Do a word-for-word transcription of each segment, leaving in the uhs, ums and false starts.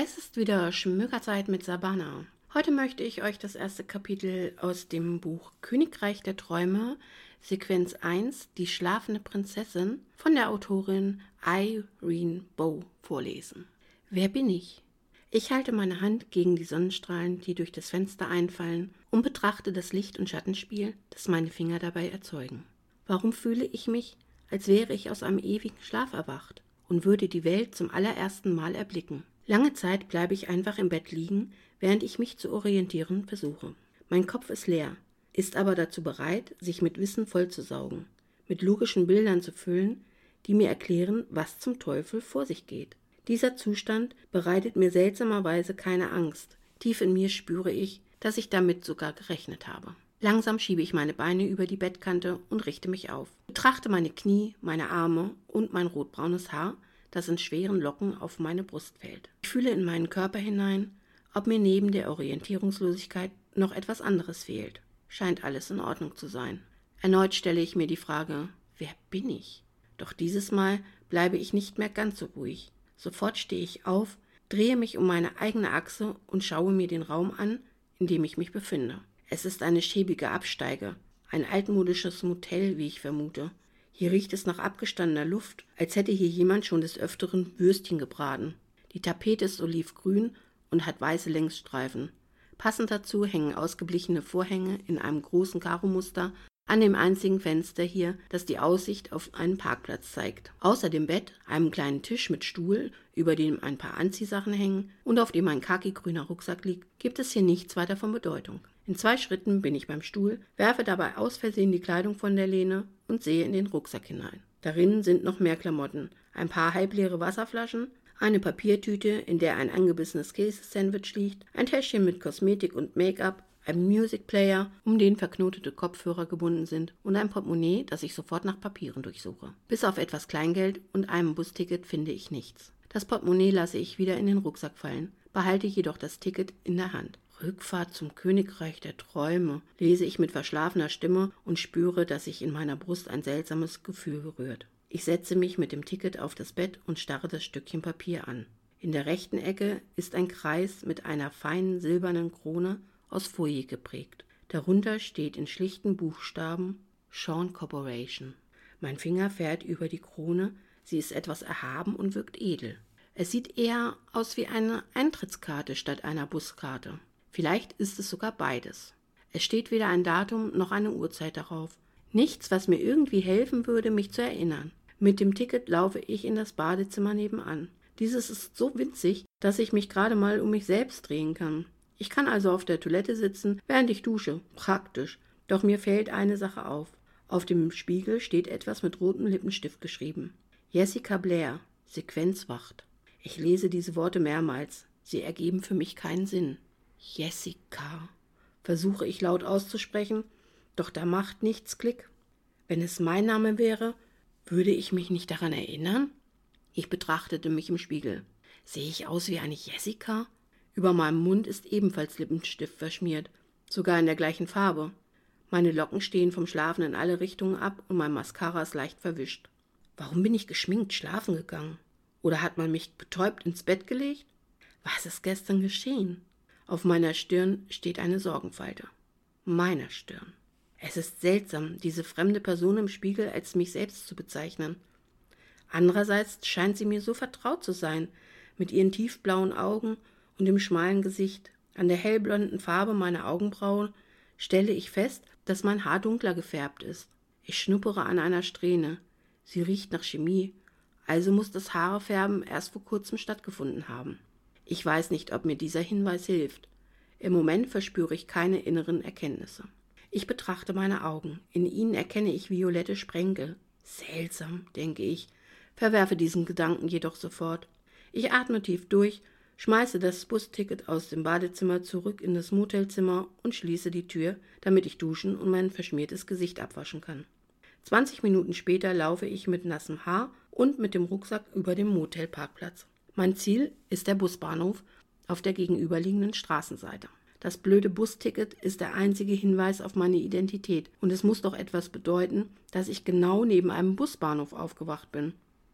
Es ist wieder Schmökerzeit mit Sabana. Heute möchte ich euch das erste Kapitel aus dem Buch Königreich der Träume, Sequenz eins, Die schlafende Prinzessin, von der Autorin Irene Bow vorlesen. Wer bin ich? Ich halte meine Hand gegen die Sonnenstrahlen, die durch das Fenster einfallen, und betrachte das Licht- und Schattenspiel, das meine Finger dabei erzeugen. Warum fühle ich mich, als wäre ich aus einem ewigen Schlaf erwacht und würde die Welt zum allerersten Mal erblicken? Lange Zeit bleibe ich einfach im Bett liegen, während ich mich zu orientieren versuche. Mein Kopf ist leer, ist aber dazu bereit, sich mit Wissen vollzusaugen, mit logischen Bildern zu füllen, die mir erklären, was zum Teufel vor sich geht. Dieser Zustand bereitet mir seltsamerweise keine Angst. Tief in mir spüre ich, dass ich damit sogar gerechnet habe. Langsam schiebe ich meine Beine über die Bettkante und richte mich auf. Betrachte meine Knie, meine Arme und mein rotbraunes Haar, das in schweren Locken auf meine Brust fällt. Ich fühle in meinen Körper hinein, ob mir neben der Orientierungslosigkeit noch etwas anderes fehlt. Scheint alles in Ordnung zu sein. Erneut stelle ich mir die Frage, wer bin ich? Doch dieses Mal bleibe ich nicht mehr ganz so ruhig. Sofort stehe ich auf, drehe mich um meine eigene Achse und schaue mir den Raum an, in dem ich mich befinde. Es ist eine schäbige Absteige, ein altmodisches Motel, wie ich vermute. Hier riecht es nach abgestandener Luft, als hätte hier jemand schon des Öfteren Würstchen gebraten. Die Tapete ist olivgrün und hat weiße Längsstreifen. Passend dazu hängen ausgeblichene Vorhänge in einem großen Karo-Muster an dem einzigen Fenster hier, das die Aussicht auf einen Parkplatz zeigt. Außer dem Bett, einem kleinen Tisch mit Stuhl, über dem ein paar Anziehsachen hängen und auf dem ein khakigrüner Rucksack liegt, gibt es hier nichts weiter von Bedeutung. In zwei Schritten bin ich beim Stuhl, werfe dabei aus Versehen die Kleidung von der Lehne und sehe in den Rucksack hinein. Darin sind noch mehr Klamotten, ein paar halbleere Wasserflaschen, eine Papiertüte, in der ein angebissenes Käsesandwich liegt, ein Täschchen mit Kosmetik und Make-up, ein Musicplayer, um den verknotete Kopfhörer gebunden sind, und ein Portemonnaie, das ich sofort nach Papieren durchsuche. Bis auf etwas Kleingeld und einem Busticket finde ich nichts. Das Portemonnaie lasse ich wieder in den Rucksack fallen, behalte jedoch das Ticket in der Hand. Rückfahrt zum Königreich der Träume, lese ich mit verschlafener Stimme und spüre, dass sich in meiner Brust ein seltsames Gefühl berührt. Ich setze mich mit dem Ticket auf das Bett und starre das Stückchen Papier an. In der rechten Ecke ist ein Kreis mit einer feinen silbernen Krone aus Folie geprägt. Darunter steht in schlichten Buchstaben Sean Corporation. Mein Finger fährt über die Krone, sie ist etwas erhaben und wirkt edel. Es sieht eher aus wie eine Eintrittskarte statt einer Buskarte. Vielleicht ist es sogar beides. Es steht weder ein Datum noch eine Uhrzeit darauf. Nichts, was mir irgendwie helfen würde, mich zu erinnern. Mit dem Ticket laufe ich in das Badezimmer nebenan. Dieses ist so winzig, dass ich mich gerade mal um mich selbst drehen kann. Ich kann also auf der Toilette sitzen, während ich dusche. Praktisch. Doch mir fällt eine Sache auf. Auf dem Spiegel steht etwas mit rotem Lippenstift geschrieben. Jessica Blair, Sequenzwacht. Ich lese diese Worte mehrmals. Sie ergeben für mich keinen Sinn. Jessica, versuche ich laut auszusprechen, doch da macht nichts Klick. Wenn es mein Name wäre, würde ich mich nicht daran erinnern? Ich betrachtete mich im Spiegel. Sehe ich aus wie eine Jessica? Über meinem Mund ist ebenfalls Lippenstift verschmiert, sogar in der gleichen Farbe. Meine Locken stehen vom Schlafen in alle Richtungen ab und mein Mascara ist leicht verwischt. Warum bin ich geschminkt schlafen gegangen? Oder hat man mich betäubt ins Bett gelegt? Was ist gestern geschehen? Auf meiner Stirn steht eine Sorgenfalte. Meiner Stirn. Es ist seltsam, diese fremde Person im Spiegel als mich selbst zu bezeichnen. Andererseits scheint sie mir so vertraut zu sein, mit ihren tiefblauen Augen und dem schmalen Gesicht. An der hellblonden Farbe meiner Augenbrauen stelle ich fest, dass mein Haar dunkler gefärbt ist. Ich schnuppere an einer Strähne. Sie riecht nach Chemie, also muss das Haarefärben erst vor kurzem stattgefunden haben. Ich weiß nicht, ob mir dieser Hinweis hilft. Im Moment verspüre ich keine inneren Erkenntnisse. Ich betrachte meine Augen. In ihnen erkenne ich violette Sprenkel. Seltsam, denke ich, verwerfe diesen Gedanken jedoch sofort. Ich atme tief durch, schmeiße das Busticket aus dem Badezimmer zurück in das Motelzimmer und schließe die Tür, damit ich duschen und mein verschmiertes Gesicht abwaschen kann. Zwanzig Minuten später laufe ich mit nassem Haar und mit dem Rucksack über dem Motelparkplatz. Mein Ziel ist der Busbahnhof auf der gegenüberliegenden Straßenseite. Das blöde Busticket ist der einzige Hinweis auf meine Identität und es muss doch etwas bedeuten, dass ich genau neben einem Busbahnhof aufgewacht bin.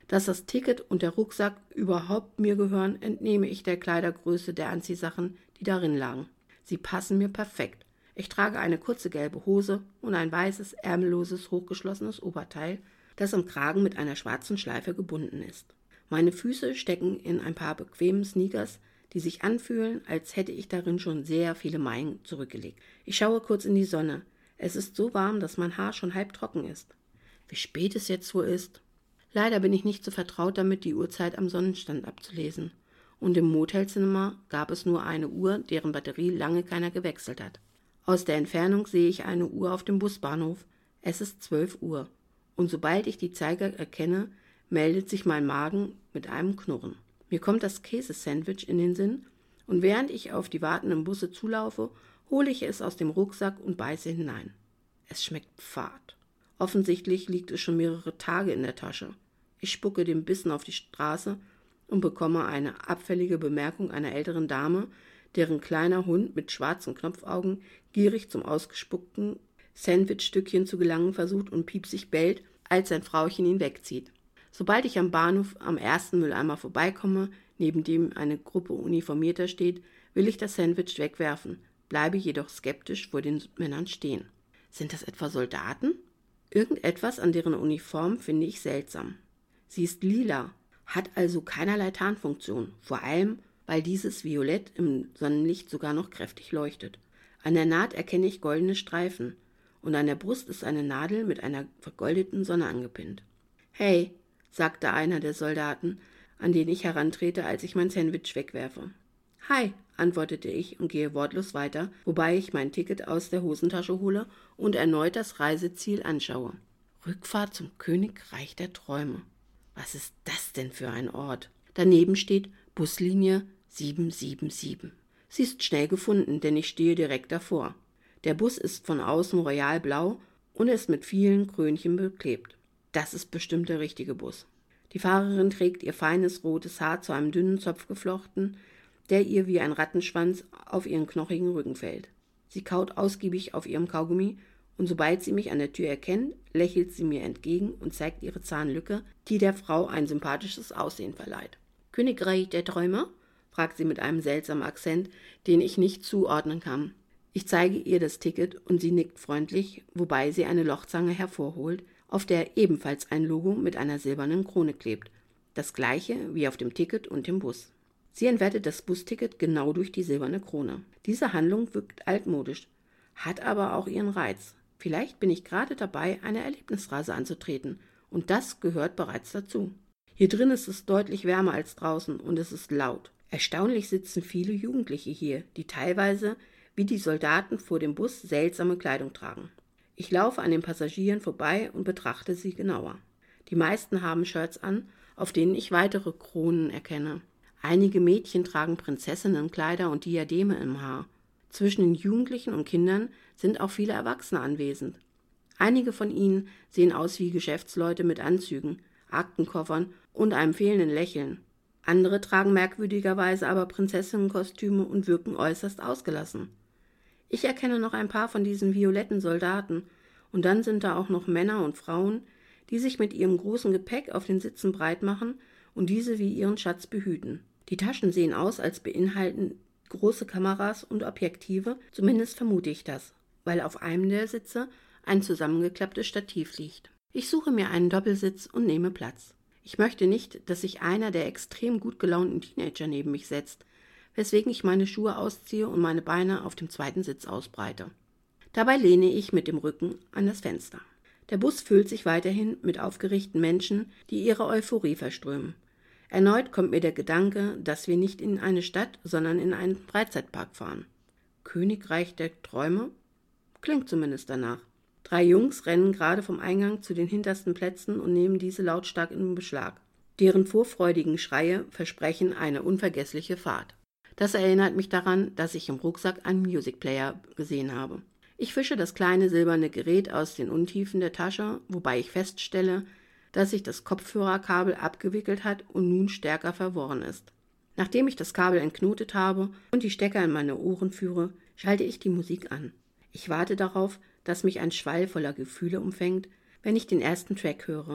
Dass das Ticket und der Rucksack überhaupt mir gehören, entnehme ich der Kleidergröße der Anziehsachen, die darin lagen. Sie passen mir perfekt. Ich trage eine kurze gelbe Hose und ein weißes, ärmelloses, hochgeschlossenes Oberteil, das am Kragen mit einer schwarzen Schleife gebunden ist. Meine Füße stecken in ein paar bequemen Sneakers, die sich anfühlen, als hätte ich darin schon sehr viele Meilen zurückgelegt. Ich schaue kurz in die Sonne. Es ist so warm, dass mein Haar schon halb trocken ist. Wie spät es jetzt wohl ist? Leider bin ich nicht so vertraut damit, die Uhrzeit am Sonnenstand abzulesen. Und im Motelzimmer gab es nur eine Uhr, deren Batterie lange keiner gewechselt hat. Aus der Entfernung sehe ich eine Uhr auf dem Busbahnhof. Es ist zwölf Uhr. Und sobald ich die Zeiger erkenne, meldet sich mein Magen mit einem Knurren. Mir kommt das Käsesandwich in den Sinn und während ich auf die wartenden Busse zulaufe, hole ich es aus dem Rucksack und beiße hinein. Es schmeckt fad. Offensichtlich liegt es schon mehrere Tage in der Tasche. Ich spucke den Bissen auf die Straße und bekomme eine abfällige Bemerkung einer älteren Dame, deren kleiner Hund mit schwarzen Knopfaugen gierig zum ausgespuckten Sandwichstückchen zu gelangen versucht und piepsig bellt, als sein Frauchen ihn wegzieht. Sobald ich am Bahnhof am ersten Mülleimer vorbeikomme, neben dem eine Gruppe Uniformierter steht, will ich das Sandwich wegwerfen, bleibe jedoch skeptisch vor den Männern stehen. Sind das etwa Soldaten? Irgendetwas an deren Uniform finde ich seltsam. Sie ist lila, hat also keinerlei Tarnfunktion, vor allem, weil dieses Violett im Sonnenlicht sogar noch kräftig leuchtet. An der Naht erkenne ich goldene Streifen und an der Brust ist eine Nadel mit einer vergoldeten Sonne angepinnt. »Hey«, sagte einer der Soldaten, an den ich herantrete, als ich mein Sandwich wegwerfe. »Hi«, antwortete ich und gehe wortlos weiter, wobei ich mein Ticket aus der Hosentasche hole und erneut das Reiseziel anschaue. Rückfahrt zum Königreich der Träume. Was ist das denn für ein Ort? Daneben steht Buslinie sieben sieben sieben. Sie ist schnell gefunden, denn ich stehe direkt davor. Der Bus ist von außen royalblau und ist mit vielen Krönchen beklebt. Das ist bestimmt der richtige Bus. Die Fahrerin trägt ihr feines rotes Haar zu einem dünnen Zopf geflochten, der ihr wie ein Rattenschwanz auf ihren knochigen Rücken fällt. Sie kaut ausgiebig auf ihrem Kaugummi und sobald sie mich an der Tür erkennt, lächelt sie mir entgegen und zeigt ihre Zahnlücke, die der Frau ein sympathisches Aussehen verleiht. »Königreich der Träume?« fragt sie mit einem seltsamen Akzent, den ich nicht zuordnen kann. Ich zeige ihr das Ticket und sie nickt freundlich, wobei sie eine Lochzange hervorholt, auf der ebenfalls ein Logo mit einer silbernen Krone klebt. Das gleiche wie auf dem Ticket und dem Bus. Sie entwertet das Busticket genau durch die silberne Krone. Diese Handlung wirkt altmodisch, hat aber auch ihren Reiz. Vielleicht bin ich gerade dabei, eine Erlebnisreise anzutreten und das gehört bereits dazu. Hier drin ist es deutlich wärmer als draußen und es ist laut. Erstaunlich sitzen viele Jugendliche hier, die teilweise, wie die Soldaten vor dem Bus, seltsame Kleidung tragen. Ich laufe an den Passagieren vorbei und betrachte sie genauer. Die meisten haben Shirts an, auf denen ich weitere Kronen erkenne. Einige Mädchen tragen Prinzessinnenkleider und Diademe im Haar. Zwischen den Jugendlichen und Kindern sind auch viele Erwachsene anwesend. Einige von ihnen sehen aus wie Geschäftsleute mit Anzügen, Aktenkoffern und einem fehlenden Lächeln. Andere tragen merkwürdigerweise aber Prinzessinnenkostüme und wirken äußerst ausgelassen. Ich erkenne noch ein paar von diesen violetten Soldaten und dann sind da auch noch Männer und Frauen, die sich mit ihrem großen Gepäck auf den Sitzen breit machen und diese wie ihren Schatz behüten. Die Taschen sehen aus, als beinhalten große Kameras und Objektive, zumindest vermute ich das, weil auf einem der Sitze ein zusammengeklapptes Stativ liegt. Ich suche mir einen Doppelsitz und nehme Platz. Ich möchte nicht, dass sich einer der extrem gut gelaunten Teenager neben mich setzt, weswegen ich meine Schuhe ausziehe und meine Beine auf dem zweiten Sitz ausbreite. Dabei lehne ich mit dem Rücken an das Fenster. Der Bus füllt sich weiterhin mit aufgeregten Menschen, die ihre Euphorie verströmen. Erneut kommt mir der Gedanke, dass wir nicht in eine Stadt, sondern in einen Freizeitpark fahren. Königreich der Träume? Klingt zumindest danach. Drei Jungs rennen gerade vom Eingang zu den hintersten Plätzen und nehmen diese lautstark in Beschlag. Deren vorfreudigen Schreie versprechen eine unvergessliche Fahrt. Das erinnert mich daran, dass ich im Rucksack einen Music Player gesehen habe. Ich fische das kleine silberne Gerät aus den Untiefen der Tasche, wobei ich feststelle, dass sich das Kopfhörerkabel abgewickelt hat und nun stärker verworren ist. Nachdem ich das Kabel entknotet habe und die Stecker in meine Ohren führe, schalte ich die Musik an. Ich warte darauf, dass mich ein Schwall voller Gefühle umfängt, wenn ich den ersten Track höre.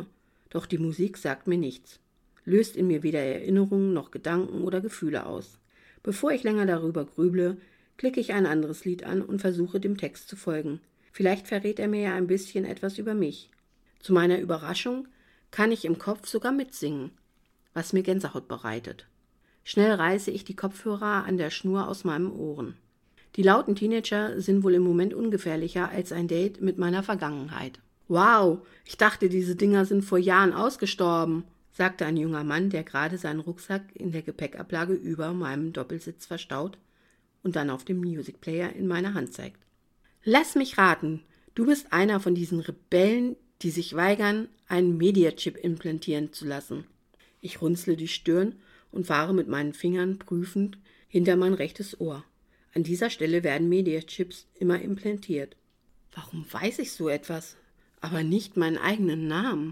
Doch die Musik sagt mir nichts, löst in mir weder Erinnerungen noch Gedanken oder Gefühle aus. Bevor ich länger darüber grüble, klicke ich ein anderes Lied an und versuche dem Text zu folgen. Vielleicht verrät er mir ja ein bisschen etwas über mich. Zu meiner Überraschung kann ich im Kopf sogar mitsingen, was mir Gänsehaut bereitet. Schnell reiße ich die Kopfhörer an der Schnur aus meinen Ohren. Die lauten Teenager sind wohl im Moment ungefährlicher als ein Date mit meiner Vergangenheit. »Wow, ich dachte, diese Dinger sind vor Jahren ausgestorben«, sagte ein junger Mann, der gerade seinen Rucksack in der Gepäckablage über meinem Doppelsitz verstaut und dann auf dem Musicplayer in meiner Hand zeigt. »Lass mich raten, du bist einer von diesen Rebellen, die sich weigern, einen Mediachip implantieren zu lassen.« Ich runzle die Stirn und fahre mit meinen Fingern prüfend hinter mein rechtes Ohr. An dieser Stelle werden Mediachips immer implantiert. Warum weiß ich so etwas, aber nicht meinen eigenen Namen?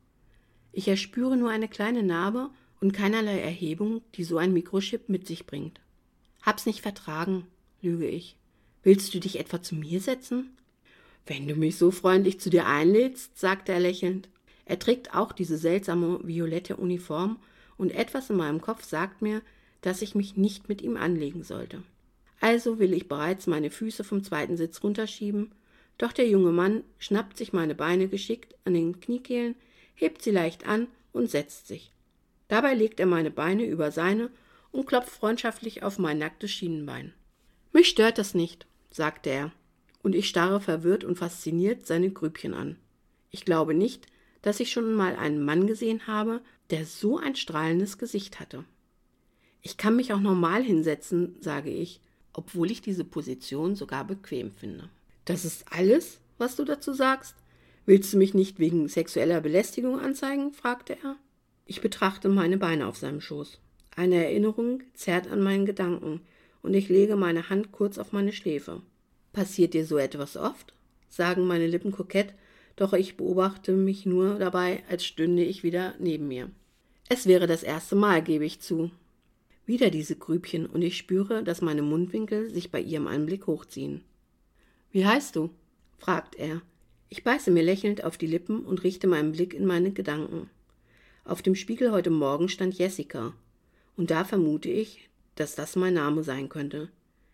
Ich erspüre nur eine kleine Narbe und keinerlei Erhebung, die so ein Mikrochip mit sich bringt. »Hab's nicht vertragen«, lüge ich. »Willst du dich etwa zu mir setzen?« »Wenn du mich so freundlich zu dir einlädst«, sagte er lächelnd. Er trägt auch diese seltsame violette Uniform und etwas in meinem Kopf sagt mir, dass ich mich nicht mit ihm anlegen sollte. Also will ich bereits meine Füße vom zweiten Sitz runterschieben, doch der junge Mann schnappt sich meine Beine geschickt an den Kniekehlen, hebt sie leicht an und setzt sich. Dabei legt er meine Beine über seine und klopft freundschaftlich auf mein nacktes Schienenbein. »Mich stört das nicht«, sagte er, und ich starre verwirrt und fasziniert seine Grübchen an. Ich glaube nicht, dass ich schon mal einen Mann gesehen habe, der so ein strahlendes Gesicht hatte. »Ich kann mich auch normal hinsetzen«, sage ich, obwohl ich diese Position sogar bequem finde. »Das ist alles, was du dazu sagst? Willst du mich nicht wegen sexueller Belästigung anzeigen?« fragte er. Ich betrachte meine Beine auf seinem Schoß. Eine Erinnerung zerrt an meinen Gedanken und ich lege meine Hand kurz auf meine Schläfe. »Passiert dir so etwas oft?«, sagen meine Lippen kokett, doch ich beobachte mich nur dabei, als stünde ich wieder neben mir. Es wäre das erste Mal, gebe ich zu. Wieder diese Grübchen und ich spüre, dass meine Mundwinkel sich bei ihrem Anblick hochziehen. »Wie heißt du?«, fragt er. Ich beiße mir lächelnd auf die Lippen und richte meinen Blick in meine Gedanken. Auf dem Spiegel heute Morgen stand Jessica und da vermute ich, dass das mein Name sein könnte.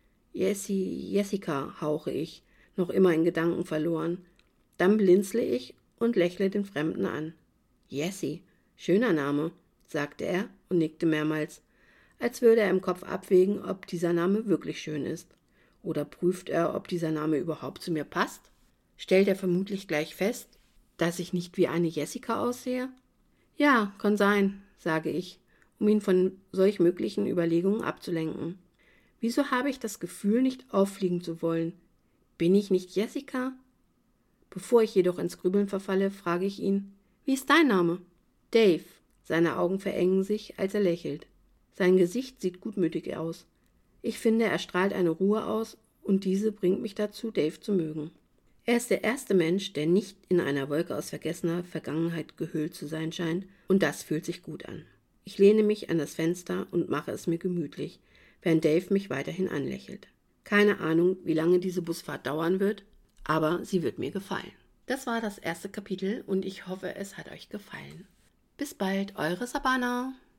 Jessi, Jessica, hauche ich, noch immer in Gedanken verloren. Dann blinzle ich und lächle den Fremden an. »Jessie, schöner Name«, sagte er und nickte mehrmals, als würde er im Kopf abwägen, ob dieser Name wirklich schön ist. Oder prüft er, ob dieser Name überhaupt zu mir passt? Stellt er vermutlich gleich fest, dass ich nicht wie eine Jessica aussehe? »Ja, kann sein«, sage ich, um ihn von solch möglichen Überlegungen abzulenken. Wieso habe ich das Gefühl, nicht auffliegen zu wollen? Bin ich nicht Jessica? Bevor ich jedoch ins Grübeln verfalle, frage ich ihn, »Wie ist dein Name?« »Dave«, seine Augen verengen sich, als er lächelt. Sein Gesicht sieht gutmütig aus. Ich finde, er strahlt eine Ruhe aus und diese bringt mich dazu, Dave zu mögen. Er ist der erste Mensch, der nicht in einer Wolke aus vergessener Vergangenheit gehüllt zu sein scheint und das fühlt sich gut an. Ich lehne mich an das Fenster und mache es mir gemütlich, während Dave mich weiterhin anlächelt. Keine Ahnung, wie lange diese Busfahrt dauern wird, aber sie wird mir gefallen. Das war das erste Kapitel und ich hoffe, es hat euch gefallen. Bis bald, eure Sabana.